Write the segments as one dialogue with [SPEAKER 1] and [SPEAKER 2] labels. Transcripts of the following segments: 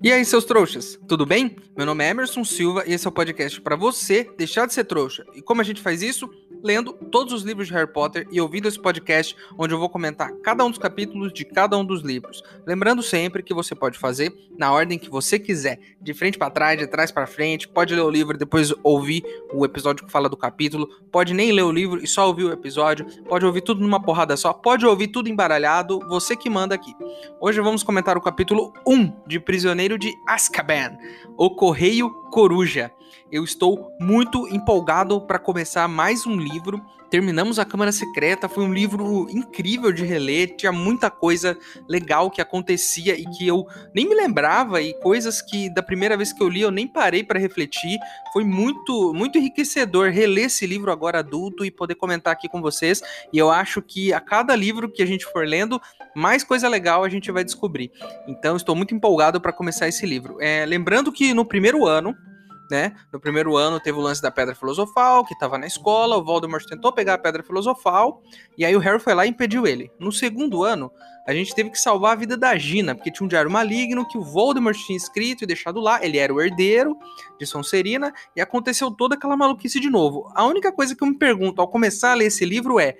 [SPEAKER 1] E aí, seus trouxas, tudo bem? Meu nome é Emerson Silva e esse é o podcast para você deixar de ser trouxa. E como a gente faz isso? Lendo todos os livros de Harry Potter e ouvindo esse podcast onde eu vou comentar cada um dos capítulos de cada um dos livros. Lembrando sempre que você pode fazer na ordem que você quiser, de frente para trás, de trás para frente, pode ler o livro e depois ouvir o episódio que fala do capítulo, pode nem ler o livro e só ouvir o episódio, pode ouvir tudo numa porrada só, pode ouvir tudo embaralhado, você que manda aqui. Hoje vamos comentar o capítulo 1 de Prisioneiro de Azkaban, O Correio Coruja. Eu estou muito empolgado para começar mais um livro. Terminamos a Câmara Secreta, foi um livro incrível de reler, tinha muita coisa legal que acontecia e que eu nem me lembrava, e coisas que da primeira vez que eu li eu nem parei para refletir. Foi muito enriquecedor reler esse livro agora adulto e poder comentar aqui com vocês, e eu acho que a cada livro que a gente for lendo, mais coisa legal a gente vai descobrir. Então estou muito empolgado para começar esse livro. Lembrando que no primeiro ano, né? No primeiro ano teve o lance da Pedra Filosofal, que estava na escola, o Voldemort tentou pegar a Pedra Filosofal, e aí o Harry foi lá e impediu ele. No segundo ano, a gente teve que salvar a vida da Gina, porque tinha um diário maligno que o Voldemort tinha escrito e deixado lá, ele era o herdeiro de Sonserina, e aconteceu toda aquela maluquice de novo. A única coisa que eu me pergunto ao começar a ler esse livro é: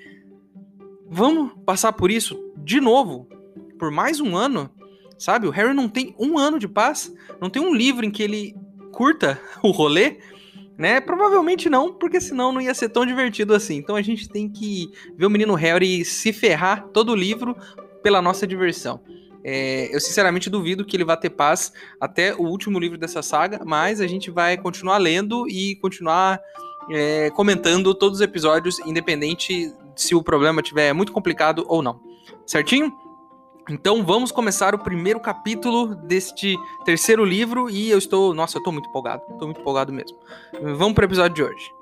[SPEAKER 1] vamos passar por isso de novo? Por mais um ano? Sabe, o Harry não tem um ano de paz, não tem um livro em que ele curta o rolê, né? Provavelmente não, porque senão não ia ser tão divertido assim. Então a gente tem que ver o menino Harry se ferrar todo o livro pela nossa diversão. Eu sinceramente duvido que ele vá ter paz até o último livro dessa saga, mas a gente vai continuar lendo e continuar comentando todos os episódios, independente se o problema estiver muito complicado ou não. Certinho? Então vamos começar o primeiro capítulo deste terceiro livro e eu estou muito empolgado mesmo. Vamos para o episódio de hoje.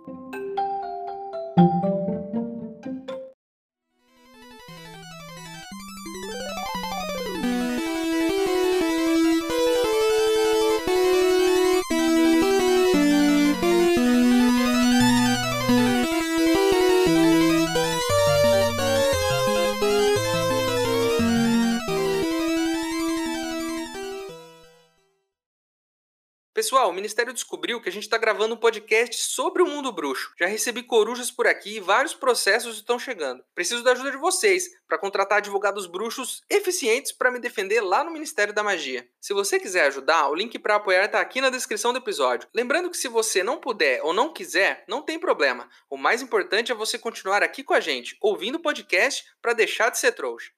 [SPEAKER 1] Pessoal, o Ministério descobriu que a gente está gravando um podcast sobre o mundo bruxo. Já recebi corujas por aqui e vários processos estão chegando. Preciso da ajuda de vocês para contratar advogados bruxos eficientes para me defender lá no Ministério da Magia. Se você quiser ajudar, o link para apoiar está aqui na descrição do episódio. Lembrando que se você não puder ou não quiser, não tem problema. O mais importante é você continuar aqui com a gente, ouvindo o podcast para deixar de ser trouxa.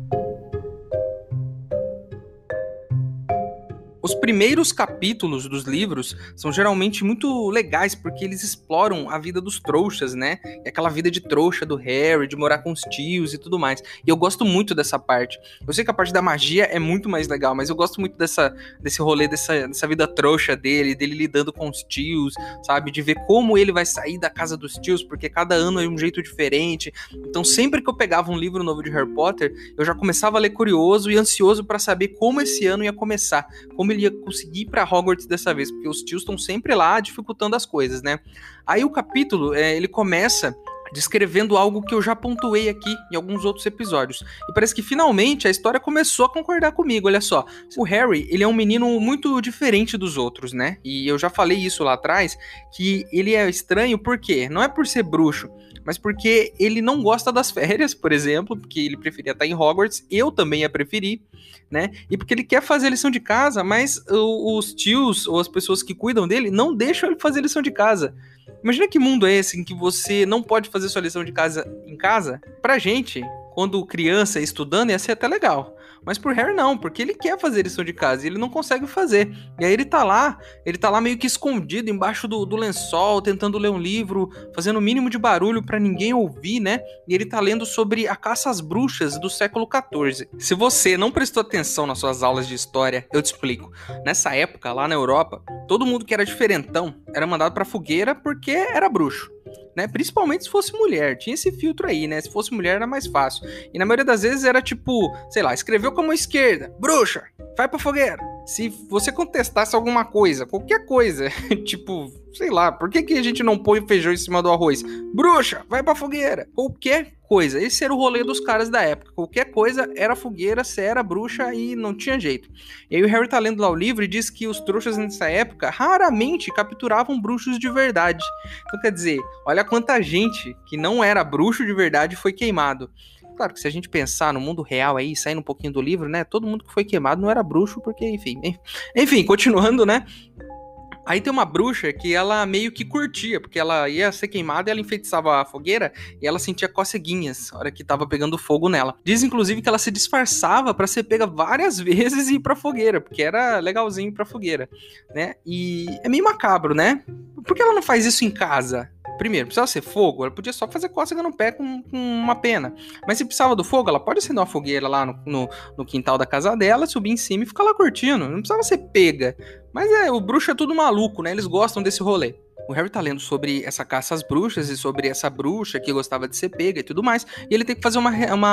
[SPEAKER 1] Os primeiros capítulos dos livros são geralmente muito legais porque eles exploram a vida dos trouxas, né? E aquela vida de trouxa do Harry, de morar com os tios e tudo mais. E eu gosto muito dessa parte. Eu sei que a parte da magia é muito mais legal, mas eu gosto muito desse rolê, dessa vida trouxa dele lidando com os tios, sabe? De ver como ele vai sair da casa dos tios, porque cada ano é um jeito diferente. Então sempre que eu pegava um livro novo de Harry Potter, eu já começava a ler curioso e ansioso para saber como esse ano ia começar, como ele ia conseguir ir pra Hogwarts dessa vez, porque os tios estão sempre lá dificultando as coisas, né? Aí o capítulo, ele começa descrevendo algo que eu já pontuei aqui em alguns outros episódios. E parece que finalmente a história começou a concordar comigo, olha só. O Harry, ele é um menino muito diferente dos outros, né? E eu já falei isso lá atrás, que ele é estranho por quê? Não é por ser bruxo, mas porque ele não gosta das férias, por exemplo, porque ele preferia estar em Hogwarts, eu também ia preferir, né? E porque ele quer fazer lição de casa, mas os tios ou as pessoas que cuidam dele não deixam ele fazer lição de casa. Imagina que mundo é esse em que você não pode fazer sua lição de casa em casa? Pra gente, quando criança estudando, ia ser até legal. Mas pro Harry não, porque ele quer fazer lição de casa e ele não consegue fazer. E aí ele tá lá meio que escondido embaixo do lençol, tentando ler um livro, fazendo o mínimo de barulho pra ninguém ouvir, né? E ele tá lendo sobre a caça às bruxas do século XIV. Se você não prestou atenção nas suas aulas de história, eu te explico. Nessa época, lá na Europa, todo mundo que era diferentão era mandado pra fogueira porque era bruxo. Né? Principalmente se fosse mulher, tinha esse filtro aí, né? Se fosse mulher era mais fácil. E na maioria das vezes era tipo, sei lá, escreveu com a mão esquerda, bruxa, vai pra fogueira. Se você contestasse alguma coisa, qualquer coisa, tipo, sei lá, por que a gente não põe feijão em cima do arroz? Bruxa, vai pra fogueira. Qualquer coisa. Esse era o rolê dos caras da época. Qualquer coisa era fogueira, você era bruxa e não tinha jeito. E aí o Harry tá lendo lá o livro e diz que os trouxas nessa época raramente capturavam bruxos de verdade. Então quer dizer, olha quanta gente que não era bruxo de verdade foi queimado. Claro que se a gente pensar no mundo real aí, saindo um pouquinho do livro, né? Todo mundo que foi queimado não era bruxo, porque, enfim, continuando, né? Aí tem uma bruxa que ela meio que curtia, porque ela ia ser queimada e ela enfeitiçava a fogueira e ela sentia coceguinhas na hora que tava pegando fogo nela. Diz, inclusive, que ela se disfarçava pra ser pega várias vezes e ir pra fogueira, porque era legalzinho ir pra fogueira, né? E é meio macabro, né? Por que ela não faz isso em casa? Primeiro, precisava ser fogo, ela podia só fazer cócega no pé com uma pena. Mas se precisava do fogo, ela pode acender uma fogueira lá no quintal da casa dela, subir em cima e ficar lá curtindo. Não precisava ser pega. Mas o bruxo é tudo maluco, né? Eles gostam desse rolê. O Harry tá lendo sobre essa caça às bruxas e sobre essa bruxa que gostava de ser pega e tudo mais. E ele tem que fazer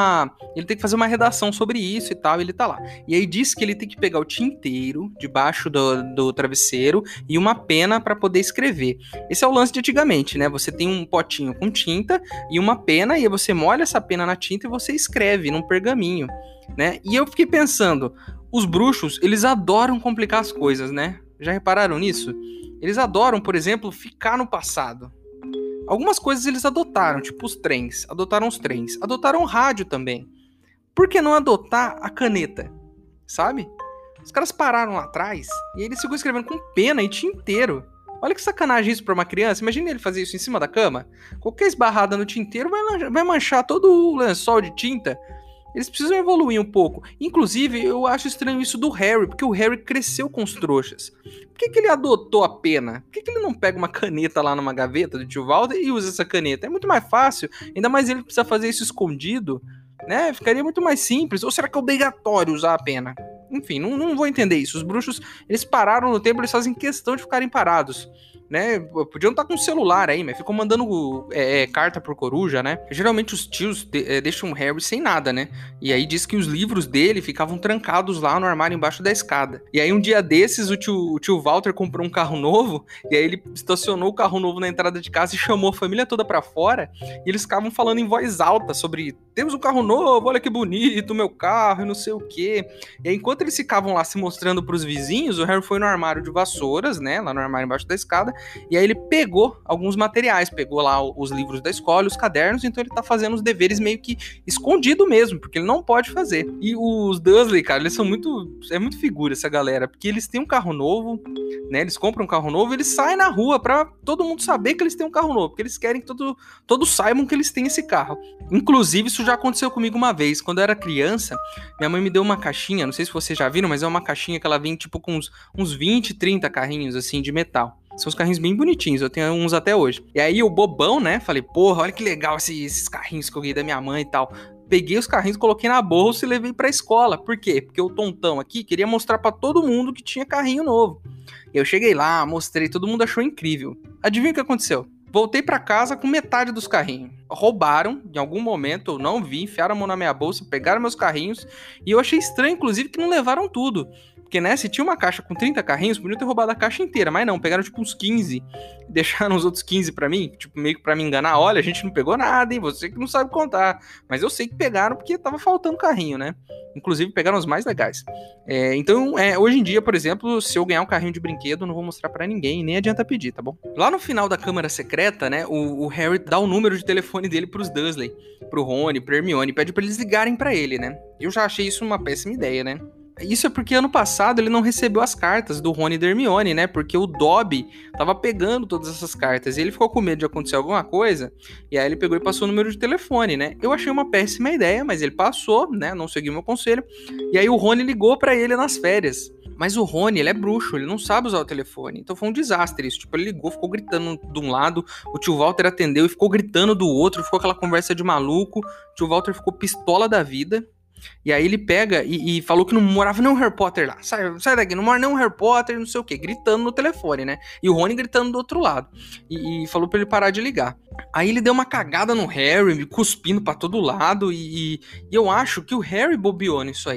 [SPEAKER 1] uma redação sobre isso e tal, e ele tá lá. E aí diz que ele tem que pegar o tinteiro debaixo do travesseiro e uma pena para poder escrever. Esse é o lance de antigamente, né? Você tem um potinho com tinta e uma pena, e aí você molha essa pena na tinta e você escreve num pergaminho, né? E eu fiquei pensando, os bruxos, eles adoram complicar as coisas, né? Já repararam nisso? Eles adoram, por exemplo, ficar no passado. Algumas coisas eles adotaram, tipo os trens. Adotaram os trens. Adotaram o rádio também. Por que não adotar a caneta? Sabe? Os caras pararam lá atrás e eles ficam escrevendo com pena e tinteiro. Olha que sacanagem isso pra uma criança. Imagina ele fazer isso em cima da cama. Qualquer esbarrada no tinteiro vai manchar todo o lençol de tinta. Eles precisam evoluir um pouco. Inclusive, eu acho estranho isso do Harry, porque o Harry cresceu com os trouxas. Por que ele adotou a pena? Por que ele não pega uma caneta lá numa gaveta do tio Walter e usa essa caneta? É muito mais fácil, ainda mais ele precisa fazer isso escondido, né? Ficaria muito mais simples. Ou será que é obrigatório usar a pena? Enfim, não vou entender isso. Os bruxos, eles pararam no tempo, eles fazem questão de ficarem parados, né? Podiam estar com o celular aí, mas ficam mandando carta por coruja, né? Geralmente os tios deixam o Harry sem nada, né? E aí diz que os livros dele ficavam trancados lá no armário embaixo da escada. E aí um dia desses o tio Walter comprou um carro novo, e aí ele estacionou o carro novo na entrada de casa e chamou a família toda pra fora, e eles ficavam falando em voz alta sobre: temos um carro novo, olha que bonito, meu carro, e não sei o quê. E aí, enquanto eles ficavam lá se mostrando pros vizinhos, o Harry foi no armário de vassouras, né? Lá no armário embaixo da escada, e aí ele pegou alguns materiais, pegou lá os livros da escola, os cadernos, então ele tá fazendo os deveres meio que escondido mesmo, porque ele não pode fazer. E os Dursley, cara, eles são muito... é muito figura essa galera, porque eles têm um carro novo, né? Eles compram um carro novo e eles saem na rua pra todo mundo saber que eles têm um carro novo, porque eles querem que todos saibam que eles têm esse carro. Inclusive, isso já aconteceu comigo uma vez. Quando eu era criança, minha mãe me deu uma caixinha, não sei se vocês já viram, mas é uma caixinha que ela vem tipo com uns 20, 30 carrinhos assim de metal. São os carrinhos bem bonitinhos, eu tenho uns até hoje. E aí o bobão, né, falei, porra, olha que legal esses carrinhos que eu ganhei da minha mãe e tal. Peguei os carrinhos, coloquei na bolsa e levei pra escola. Por quê? Porque o tontão aqui queria mostrar pra todo mundo que tinha carrinho novo. Eu cheguei lá, mostrei, todo mundo achou incrível. Adivinha o que aconteceu? Voltei pra casa com metade dos carrinhos. Roubaram, em algum momento, eu não vi, enfiaram a mão na minha bolsa, pegaram meus carrinhos, e eu achei estranho, inclusive, que não levaram tudo. Porque, né, se tinha uma caixa com 30 carrinhos, podiam ter roubado a caixa inteira, mas não, pegaram tipo uns 15, deixaram os outros 15 pra mim, tipo, meio que pra me enganar. Olha, a gente não pegou nada, hein, você que não sabe contar. Mas eu sei que pegaram porque tava faltando carrinho, né? Inclusive, pegaram os mais legais. Então, hoje em dia, por exemplo, se eu ganhar um carrinho de brinquedo, eu não vou mostrar pra ninguém, nem adianta pedir, tá bom? Lá no final da Câmara Secreta, né, o Harry dá o número de telefone dele pros Dursley, pro Rony, pro Hermione, pede pra eles ligarem pra ele, né? Eu já achei isso uma péssima ideia, né? Isso é porque ano passado ele não recebeu as cartas do Rony e da Hermione, né? Porque o Dobby tava pegando todas essas cartas e ele ficou com medo de acontecer alguma coisa, e aí ele pegou e passou o número de telefone, né? Eu achei uma péssima ideia, mas ele passou, né? Não seguiu meu conselho. E aí o Rony ligou pra ele nas férias. Mas o Rony, ele é bruxo, ele não sabe usar o telefone. Então foi um desastre isso. Tipo, ele ligou, ficou gritando de um lado, o tio Walter atendeu e ficou gritando do outro, ficou aquela conversa de maluco. O tio Walter ficou pistola da vida. E aí ele pega e falou que não morava nem um Harry Potter lá. Sai daqui, não mora nem um Harry Potter, não sei o que, gritando no telefone, né? E o Rony gritando do outro lado. E falou pra ele parar de ligar. Aí ele deu uma cagada no Harry, cuspindo pra todo lado. E eu acho que o Harry bobeou nisso aí.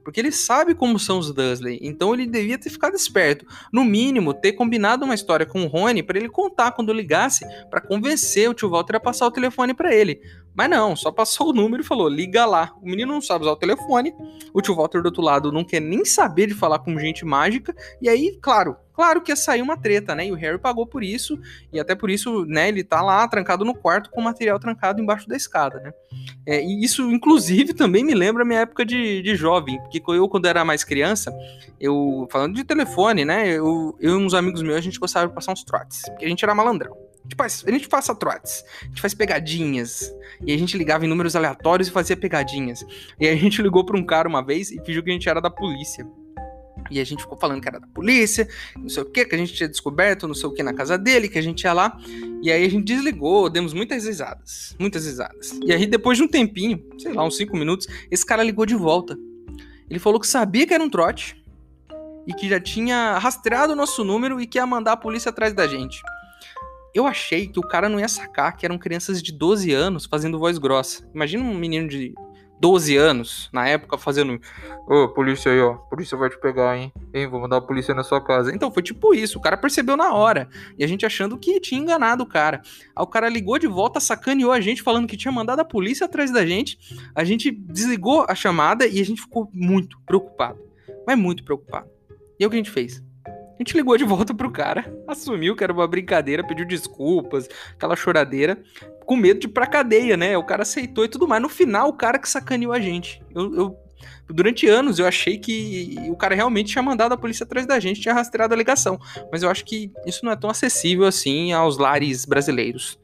[SPEAKER 1] porque ele sabe como são os Dursley, então ele devia ter ficado esperto. No mínimo, ter combinado uma história com o Rony para ele contar quando ligasse, para convencer o tio Walter a passar o telefone para ele. Mas não, só passou o número e falou, liga lá. O menino não sabe usar o telefone, o tio Walter do outro lado não quer nem saber de falar com gente mágica, e aí, claro que ia sair uma treta, né? E o Harry pagou por isso, e até por isso, né, ele tá lá trancado no quarto com o material trancado embaixo da escada, né? E isso, inclusive, também me lembra a minha época de jovem, porque eu, quando era mais criança, falando de telefone, né, eu e uns amigos meus, a gente gostava de passar uns trotes, porque a gente era malandrão. A gente passa trotes, a gente faz pegadinhas, e a gente ligava em números aleatórios e fazia pegadinhas. E aí a gente ligou pra um cara uma vez e fingiu que a gente era da polícia. E a gente ficou falando que era da polícia, não sei o que a gente tinha descoberto, não sei o que na casa dele, que a gente ia lá. E aí a gente desligou, demos muitas risadas. E aí depois de um tempinho, sei lá, uns 5 minutos, esse cara ligou de volta. Ele falou que sabia que era um trote e que já tinha rastreado o nosso número e que ia mandar a polícia atrás da gente. Eu achei que o cara não ia sacar que eram crianças de 12 anos fazendo voz grossa. Imagina um menino de 12 anos, na época, fazendo... Ô, polícia aí, ó. Polícia vai te pegar, hein? Vou mandar a polícia na sua casa. Então, foi tipo isso. O cara percebeu na hora. E a gente achando que tinha enganado o cara. Aí o cara ligou de volta, sacaneou a gente, falando que tinha mandado a polícia atrás da gente. A gente desligou a chamada e a gente ficou muito preocupado. Mas muito preocupado. E aí o que a gente fez? A gente ligou de volta pro cara, assumiu que era uma brincadeira, pediu desculpas, aquela choradeira, com medo de ir pra cadeia, né? O cara aceitou e tudo mais. No final, o cara que sacaneou a gente. Durante anos, eu achei que o cara realmente tinha mandado a polícia atrás da gente, tinha rastreado a ligação. Mas eu acho que isso não é tão acessível assim aos lares brasileiros.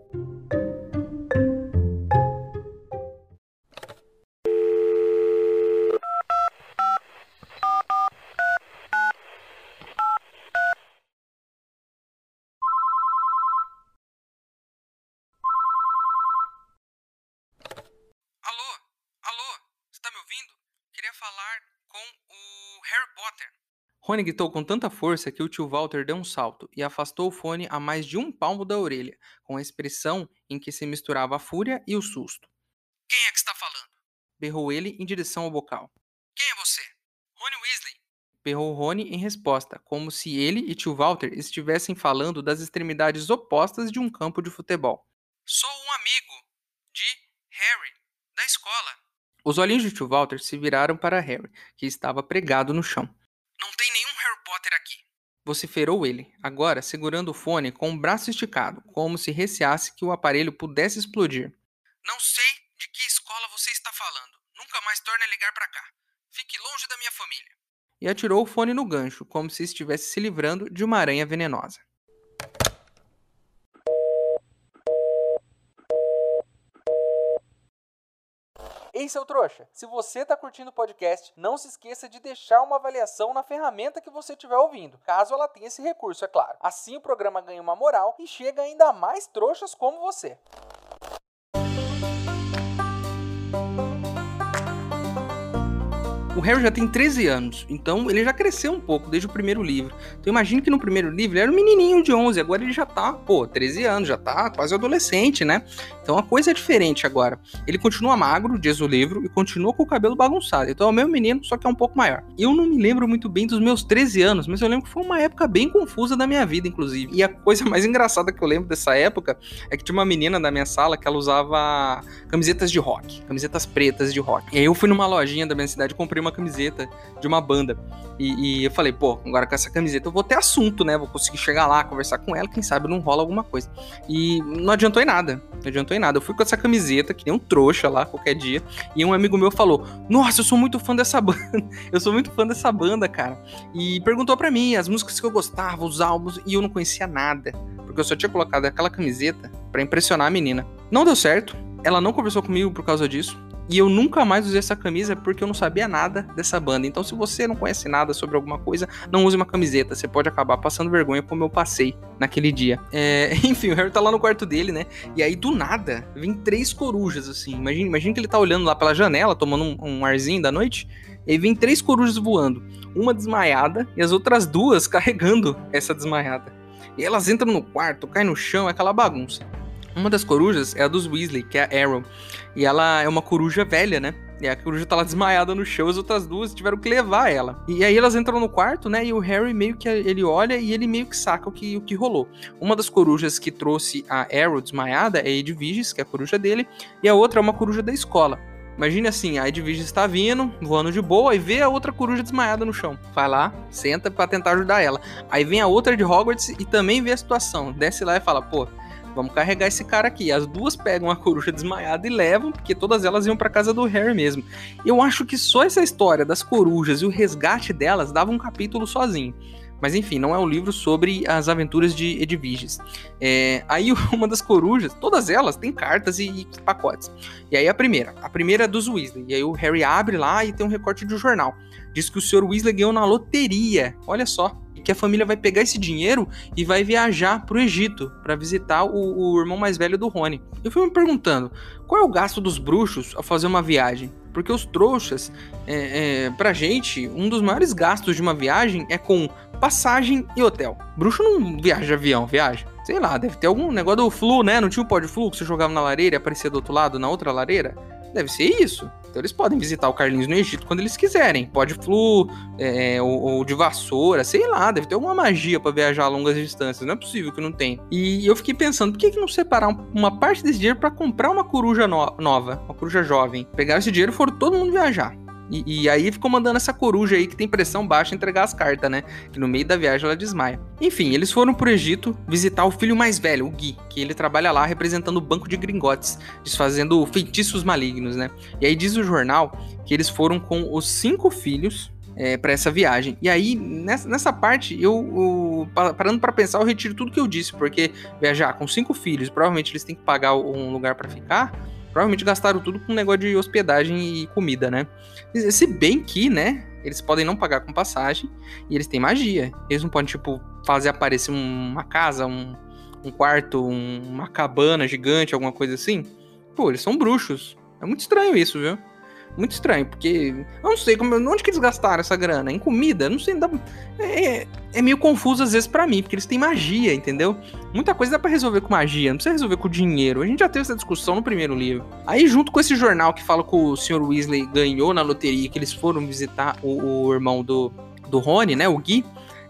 [SPEAKER 1] Alô, você tá me ouvindo? Queria falar com o Harry Potter. Rony gritou com tanta força que o tio Walter deu um salto e afastou o fone a mais de um palmo da orelha, com a expressão em que se misturava a fúria e o susto. Quem é que está falando? Berrou ele em direção ao bocal. Quem é você? Rony Weasley. Berrou Rony em resposta, como se ele e tio Walter estivessem falando das extremidades opostas de um campo de futebol. Sou um amigo de Harry, da escola. Os olhinhos de tio Walter se viraram para Harry, que estava pregado no chão. Não tem nenhum Harry Potter aqui. Vociferou ele, agora segurando o fone com o braço esticado, como se receasse que o aparelho pudesse explodir. Não sei de que escola você está falando. Nunca mais torne a ligar para cá. Fique longe da minha família. E atirou o fone no gancho, como se estivesse se livrando de uma aranha venenosa. Ei, seu trouxa, se você tá curtindo o podcast, não se esqueça de deixar uma avaliação na ferramenta que você estiver ouvindo, caso ela tenha esse recurso, é claro. Assim o programa ganha uma moral e chega ainda a mais trouxas como você. O Harry já tem 13 anos, então ele já cresceu um pouco desde o primeiro livro. Então imagine que no primeiro livro ele era um menininho de 11, agora ele já tá, 13 anos, já tá quase adolescente, né? Então a coisa é diferente agora. Ele continua magro, diz o livro, e continua com o cabelo bagunçado. Então é o mesmo menino, só que é um pouco maior. Eu não me lembro muito bem dos meus 13 anos, mas eu lembro que foi uma época bem confusa da minha vida, inclusive. E a coisa mais engraçada que eu lembro dessa época é que tinha uma menina da minha sala que ela usava camisetas de rock, camisetas pretas de rock. E aí eu fui numa lojinha da minha cidade e comprei uma camiseta de uma banda. E eu falei, agora com essa camiseta eu vou ter assunto, né? Vou conseguir chegar lá, conversar com ela, quem sabe não rola alguma coisa. E não adiantou em nada. Eu fui com essa camiseta, que nem um trouxa lá, qualquer dia, e um amigo meu falou, nossa, eu sou muito fã dessa banda, cara. E perguntou pra mim as músicas que eu gostava, os álbuns, e eu não conhecia nada, porque eu só tinha colocado aquela camiseta pra impressionar a menina. Não deu certo, ela não conversou comigo por causa disso, e eu nunca mais usei essa camisa porque eu não sabia nada dessa banda. Então, se você não conhece nada sobre alguma coisa, não use uma camiseta. Você pode acabar passando vergonha como eu passei naquele dia. Enfim, o Harry tá lá no quarto dele, né? E aí, do nada, vem 3 corujas, assim. Imagina que ele tá olhando lá pela janela, tomando um arzinho da noite. E aí vem 3 corujas voando. Uma desmaiada e as outras 2 carregando essa desmaiada. E elas entram no quarto, caem no chão, é aquela bagunça. Uma das corujas é a dos Weasley, que é a Arrow. E ela é uma coruja velha, né? E a coruja tá lá desmaiada no chão, as outras duas tiveram que levar ela. E aí elas entram no quarto, né? E o Harry meio que ele olha e ele meio que saca o que rolou. Uma das corujas que trouxe a Arrow desmaiada é a Edwiges, que é a coruja dele, e a outra é uma coruja da escola. Imagina assim, a Edwiges tá vindo, voando de boa, e vê a outra coruja desmaiada no chão. Vai lá, senta pra tentar ajudar ela. Aí vem a outra de Hogwarts e também vê a situação. Desce lá e fala, pô, vamos carregar esse cara aqui. As duas pegam a coruja desmaiada e levam, porque todas elas iam pra casa do Harry mesmo. Eu acho que só essa história das corujas e o resgate delas dava um capítulo sozinho. Mas enfim, não é um livro sobre as aventuras de Edwiges. Aí uma das corujas, todas elas têm cartas e pacotes. E aí a primeira é dos Weasley. E aí o Harry abre lá e tem um recorte de um jornal. Diz que o Sr. Weasley ganhou na loteria. Olha só. E que a família vai pegar esse dinheiro e vai viajar pro Egito para visitar o irmão mais velho do Rony. Eu fui me perguntando, qual é o gasto dos bruxos ao fazer uma viagem? Porque os trouxas, pra gente, um dos maiores gastos de uma viagem é com passagem e hotel. Bruxo não viaja de avião, viaja. Sei lá, deve ter algum negócio do flu, né? Não tinha o pó de flu que você jogava na lareira e aparecia do outro lado, na outra lareira? Deve ser isso. Então eles podem visitar o Carlinhos no Egito quando eles quiserem. Pó de flu, ou de vassoura, sei lá. Deve ter alguma magia pra viajar a longas distâncias. Não é possível que não tenha. E eu fiquei pensando, por que não separar uma parte desse dinheiro pra comprar uma coruja nova, uma coruja jovem? Pegar esse dinheiro e foram todo mundo viajar. E aí ficou mandando essa coruja aí que tem pressão baixa entregar as cartas, né? Que no meio da viagem ela desmaia. Enfim, eles foram pro Egito visitar o filho mais velho, o Gui, que ele trabalha lá representando o banco de Gringotts, desfazendo feitiços malignos, né? E aí diz o jornal que eles foram com os 5 filhos para essa viagem. E aí, nessa parte, eu parando para pensar, eu retiro tudo que eu disse, porque viajar com 5 filhos, provavelmente eles têm que pagar um lugar para ficar. Provavelmente gastaram tudo com negócio de hospedagem e comida, né? Se bem que, né, eles podem não pagar com passagem e eles têm magia. Eles não podem, tipo, fazer aparecer uma casa, um quarto, uma cabana gigante, alguma coisa assim. Pô, eles são bruxos. É muito estranho isso, viu? Muito estranho, porque eu não sei onde que eles gastaram essa grana? Em comida? Não sei, é meio confuso às vezes pra mim, porque eles têm magia, entendeu? Muita coisa dá pra resolver com magia, não precisa resolver com dinheiro. A gente já teve essa discussão no primeiro livro. Aí, junto com esse jornal que fala que o Sr. Weasley ganhou na loteria, que eles foram visitar o irmão do Rony, né, o Gui,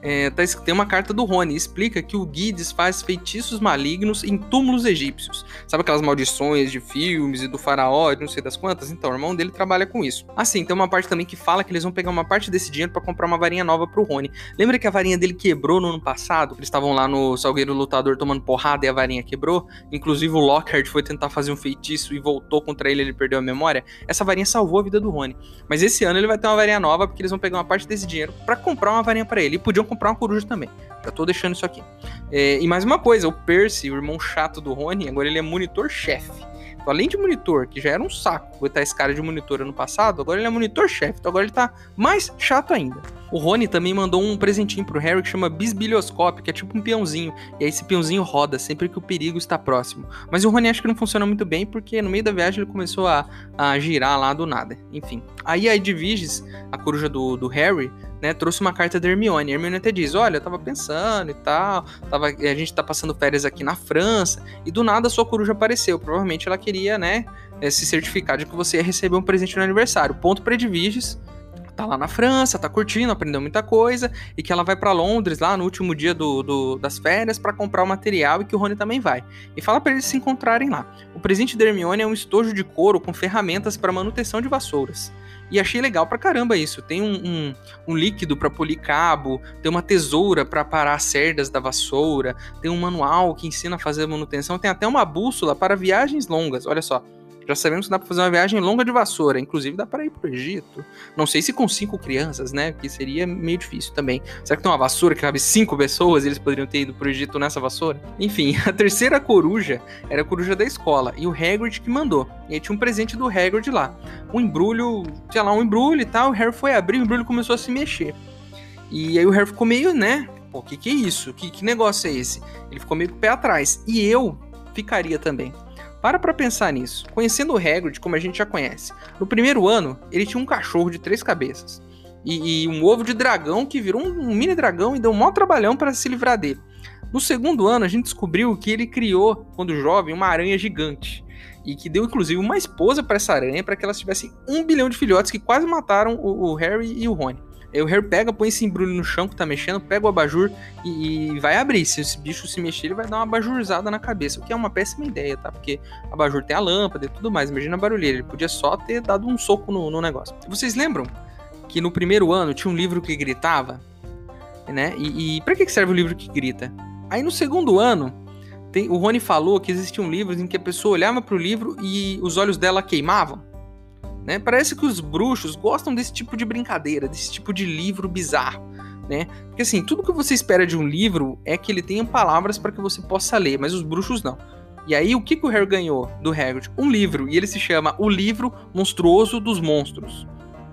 [SPEAKER 1] tem uma carta do Rony, explica que o Gui desfaz feitiços malignos em túmulos egípcios. Sabe aquelas maldições de filmes e do faraó e não sei das quantas? Então, o irmão dele trabalha com isso. Assim, tem uma parte também que fala que eles vão pegar uma parte desse dinheiro pra comprar uma varinha nova pro Rony. Lembra que a varinha dele quebrou no ano passado? Eles estavam lá no Salgueiro Lutador tomando porrada e a varinha quebrou? Inclusive o Lockhart foi tentar fazer um feitiço e voltou contra ele perdeu a memória. Essa varinha salvou a vida do Rony. Mas esse ano ele vai ter uma varinha nova porque eles vão pegar uma parte desse dinheiro pra comprar uma varinha pra ele. E podiam comprar uma coruja também. Já tô deixando isso aqui. E mais uma coisa, o Percy, o irmão chato do Rony, agora ele é monitor-chefe. Então, além de monitor, que já era um saco botar esse cara de monitor ano passado, agora ele é monitor-chefe. Então agora ele tá mais chato ainda. O Rony também mandou um presentinho pro Harry que chama bisbilhoscópio, que é tipo um peãozinho. E aí esse peãozinho roda sempre que o perigo está próximo. Mas o Rony acho que não funciona muito bem, porque no meio da viagem ele começou a girar lá do nada. Enfim. Aí a Edwiges, a coruja do Harry, né, trouxe uma carta da Hermione. A Hermione até diz, olha, eu tava pensando e tal, a gente tá passando férias aqui na França, e do nada a sua coruja apareceu. Provavelmente ela queria, né, se certificar de que você ia receber um presente no aniversário. Ponto pra Edwiges. Tá lá na França, tá curtindo, aprendeu muita coisa, e que ela vai pra Londres lá no último dia das férias pra comprar o material e que o Rony também vai. E fala pra eles se encontrarem lá. O presente da Hermione é um estojo de couro com ferramentas para manutenção de vassouras. E achei legal pra caramba isso. Tem um líquido pra polir cabo, tem uma tesoura pra parar as cerdas da vassoura, tem um manual que ensina a fazer a manutenção, tem até uma bússola para viagens longas, olha só. Já sabemos que dá pra fazer uma viagem longa de vassoura. Inclusive dá para ir pro Egito. Não sei se com 5 crianças, né? Que seria meio difícil também. Será que tem uma vassoura que cabe 5 pessoas e eles poderiam ter ido pro Egito nessa vassoura? Enfim, a terceira coruja era a coruja da escola. E o Hagrid que mandou. E aí tinha um presente do Hagrid lá. Um embrulho, sei lá, um embrulho e tal. O Harry foi abrir, o embrulho começou a se mexer. E aí o Harry ficou meio, né? Pô, o que é isso? Que negócio é esse? Ele ficou meio com o pé atrás. E eu ficaria também. Para pensar nisso. Conhecendo o Hagrid, como a gente já conhece. No primeiro ano, ele tinha um cachorro de 3 cabeças. E um ovo de dragão que virou um mini dragão e deu um maior trabalhão para se livrar dele. No segundo ano, a gente descobriu que ele criou, quando jovem, uma aranha gigante. e que deu inclusive uma esposa para essa aranha para que elas tivessem 1 bilhão de filhotes que quase mataram o Harry e o Rony. Aí o Harry pega, põe esse embrulho no chão que tá mexendo, pega o abajur e vai abrir. Se esse bicho se mexer, ele vai dar uma abajurzada na cabeça, o que é uma péssima ideia, tá? Porque abajur tem a lâmpada e tudo mais, imagina a barulheira, ele podia só ter dado um soco no negócio. Vocês lembram que no primeiro ano tinha um livro que gritava, né? E pra que serve o livro que grita? Aí no segundo ano, o Rony falou que existiam livros em que a pessoa olhava pro livro e os olhos dela queimavam. Né? Parece que os bruxos gostam desse tipo de brincadeira, desse tipo de livro bizarro, né? Porque assim, tudo que você espera de um livro é que ele tenha palavras para que você possa ler, mas os bruxos não. E aí, o que o Harry ganhou do Hagrid? Um livro, e ele se chama O Livro Monstruoso dos Monstros.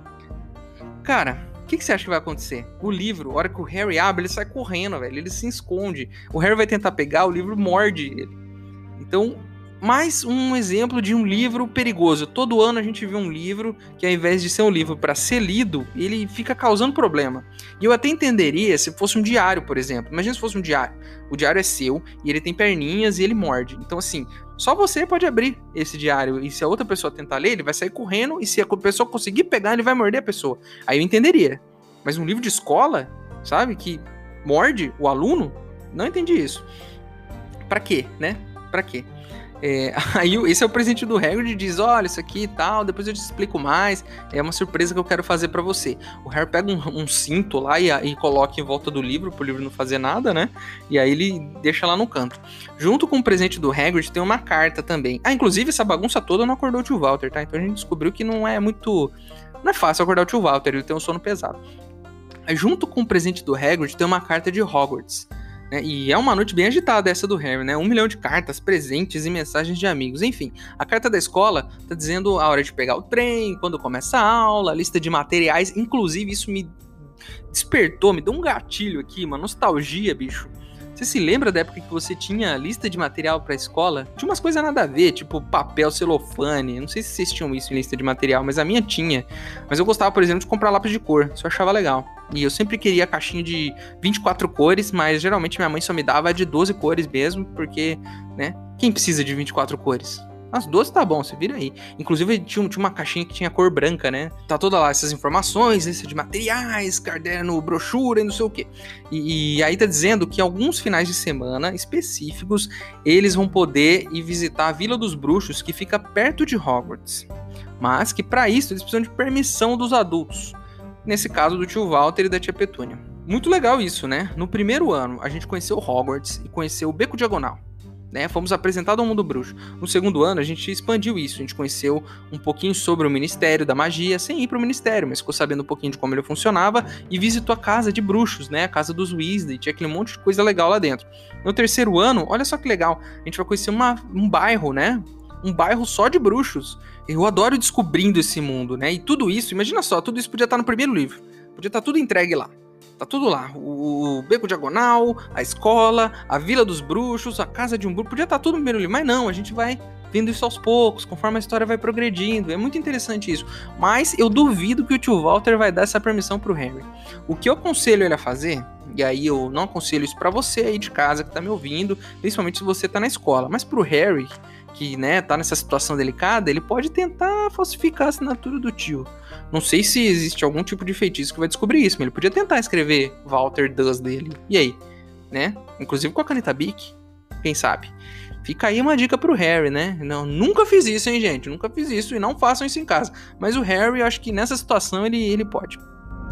[SPEAKER 1] Cara, o que você acha que vai acontecer? O livro, a hora que o Harry abre, ele sai correndo, velho, ele se esconde. O Harry vai tentar pegar, o livro morde ele. Então, mais um exemplo de um livro perigoso. Todo ano a gente vê um livro que, ao invés de ser um livro para ser lido, ele fica causando problema. E eu até entenderia se fosse um diário, por exemplo. Imagina se fosse um diário. O diário é seu e ele tem perninhas e ele morde. Então, assim, só você pode abrir esse diário. E se a outra pessoa tentar ler, ele vai sair correndo. E se a pessoa conseguir pegar, ele vai morder a pessoa. Aí eu entenderia. Mas um livro de escola, sabe, que morde o aluno, não entendi isso. Pra quê, né? Pra quê? Aí esse é o presente do Hagrid, diz, olha, isso aqui e tal, depois eu te explico mais, é uma surpresa que eu quero fazer pra você. O Harry pega um cinto lá e coloca em volta do livro, pro livro não fazer nada, né? E aí ele deixa lá no canto. Junto com o presente do Hagrid tem uma carta também. Inclusive essa bagunça toda não acordou o tio Walter, tá? Então a gente descobriu que não é fácil acordar o tio Walter, ele tem um sono pesado. Aí, junto com o presente do Hagrid tem uma carta de Hogwarts. Né? E é uma noite bem agitada essa do Harry, né? 1 milhão de cartas, presentes e mensagens de amigos. Enfim, a carta da escola tá dizendo a hora de pegar o trem, quando começa a aula, a lista de materiais. Inclusive, isso me despertou, me deu um gatilho aqui, uma nostalgia, bicho. Você se lembra da época que você tinha lista de material pra escola? Tinha umas coisas nada a ver, tipo papel, celofane. Não sei se vocês tinham isso em lista de material, mas a minha tinha. Mas eu gostava, por exemplo, de comprar lápis de cor. Isso eu achava legal. E eu sempre queria a caixinha de 24 cores, mas geralmente minha mãe só me dava a de 12 cores mesmo, porque, né? Quem precisa de 24 cores? As 12 tá bom, você vira aí. Inclusive tinha uma caixinha que tinha cor branca, né? Tá toda lá essas informações, lista de materiais, caderno, brochura e não sei o quê. E aí tá dizendo que alguns finais de semana específicos eles vão poder ir visitar a Vila dos Bruxos, que fica perto de Hogwarts. Mas que para isso eles precisam de permissão dos adultos. Nesse caso do tio Walter e da tia Petúnia. Muito legal isso, né? No primeiro ano a gente conheceu Hogwarts e conheceu o Beco Diagonal. Né, fomos apresentados ao mundo bruxo. No segundo ano, a gente expandiu isso. A gente conheceu um pouquinho sobre o Ministério da Magia, sem ir para o Ministério, mas ficou sabendo um pouquinho de como ele funcionava e visitou a casa de bruxos, né? A casa dos Weasley. Tinha aquele monte de coisa legal lá dentro. No terceiro ano, olha só que legal. A gente vai conhecer um bairro, né? Um bairro só de bruxos. Eu adoro descobrindo esse mundo, né? E tudo isso, imagina só, tudo isso podia estar no primeiro livro. Podia estar tudo entregue lá. Tá tudo lá, o Beco Diagonal, a escola, a Vila dos Bruxos, a Casa de um Bruxo, podia estar tudo no primeiro livro, mas não, a gente vai vendo isso aos poucos, conforme a história vai progredindo, é muito interessante isso, mas eu duvido que o tio Walter vai dar essa permissão pro Harry. O que eu aconselho ele a fazer, e aí eu não aconselho isso pra você aí de casa que tá me ouvindo, principalmente se você tá na escola, mas pro Harry, que, né, tá nessa situação delicada, ele pode tentar falsificar a assinatura do tio. Não sei se existe algum tipo de feitiço que vai descobrir isso, mas ele podia tentar escrever Walter Dursley ali. E aí? Né? Inclusive com a caneta Bic. Quem sabe? Fica aí uma dica pro Harry, né? Não, nunca fiz isso, hein, gente? Nunca fiz isso e não façam isso em casa. Mas o Harry, eu acho que nessa situação ele pode.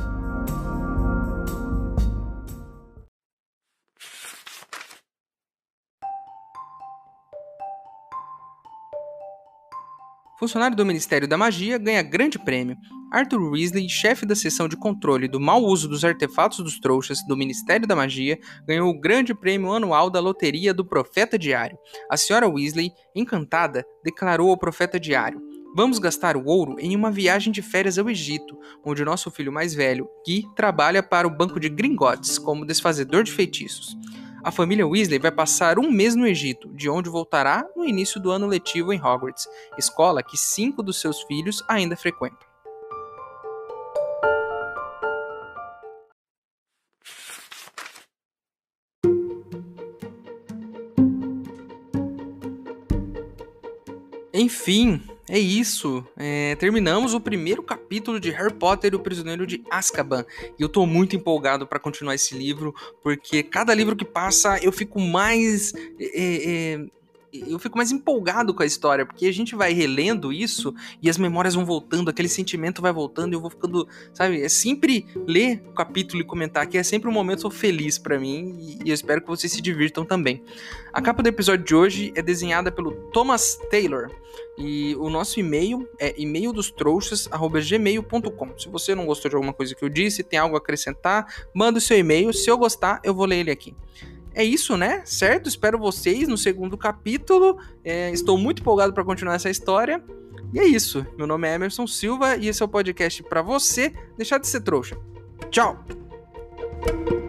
[SPEAKER 1] Funcionário do Ministério da Magia ganha grande prêmio. Arthur Weasley, chefe da seção de controle do mau uso dos artefatos dos trouxas do Ministério da Magia, ganhou o grande prêmio anual da loteria do Profeta Diário. A senhora Weasley, encantada, declarou ao Profeta Diário: "Vamos gastar o ouro em uma viagem de férias ao Egito, onde nosso filho mais velho, Guy, trabalha para o Banco de Gringotts como desfazedor de feitiços. A família Weasley vai passar um mês no Egito, de onde voltará no início do ano letivo em Hogwarts, escola que 5 dos seus filhos ainda frequentam." Enfim, é isso. Terminamos o primeiro capítulo de Harry Potter e o Prisioneiro de Azkaban. E eu tô muito empolgado para continuar esse livro, porque cada livro que passa eu fico mais... eu fico mais empolgado com a história, porque a gente vai relendo isso e as memórias vão voltando, aquele sentimento vai voltando e eu vou ficando, sabe? É sempre ler o capítulo e comentar aqui, é sempre um momento feliz pra mim e eu espero que vocês se divirtam também. A capa do episódio de hoje é desenhada pelo Thomas Taylor e o nosso e-mail é e-maildostrouxas@gmail.com. Se você não gostou de alguma coisa que eu disse, tem algo a acrescentar, manda o seu e-mail, se eu gostar, eu vou ler ele aqui. É isso, né? Certo? Espero vocês no segundo capítulo. Estou muito empolgado para continuar essa história. E é isso. Meu nome é Emerson Silva e esse é o podcast para você deixar de ser trouxa. Tchau!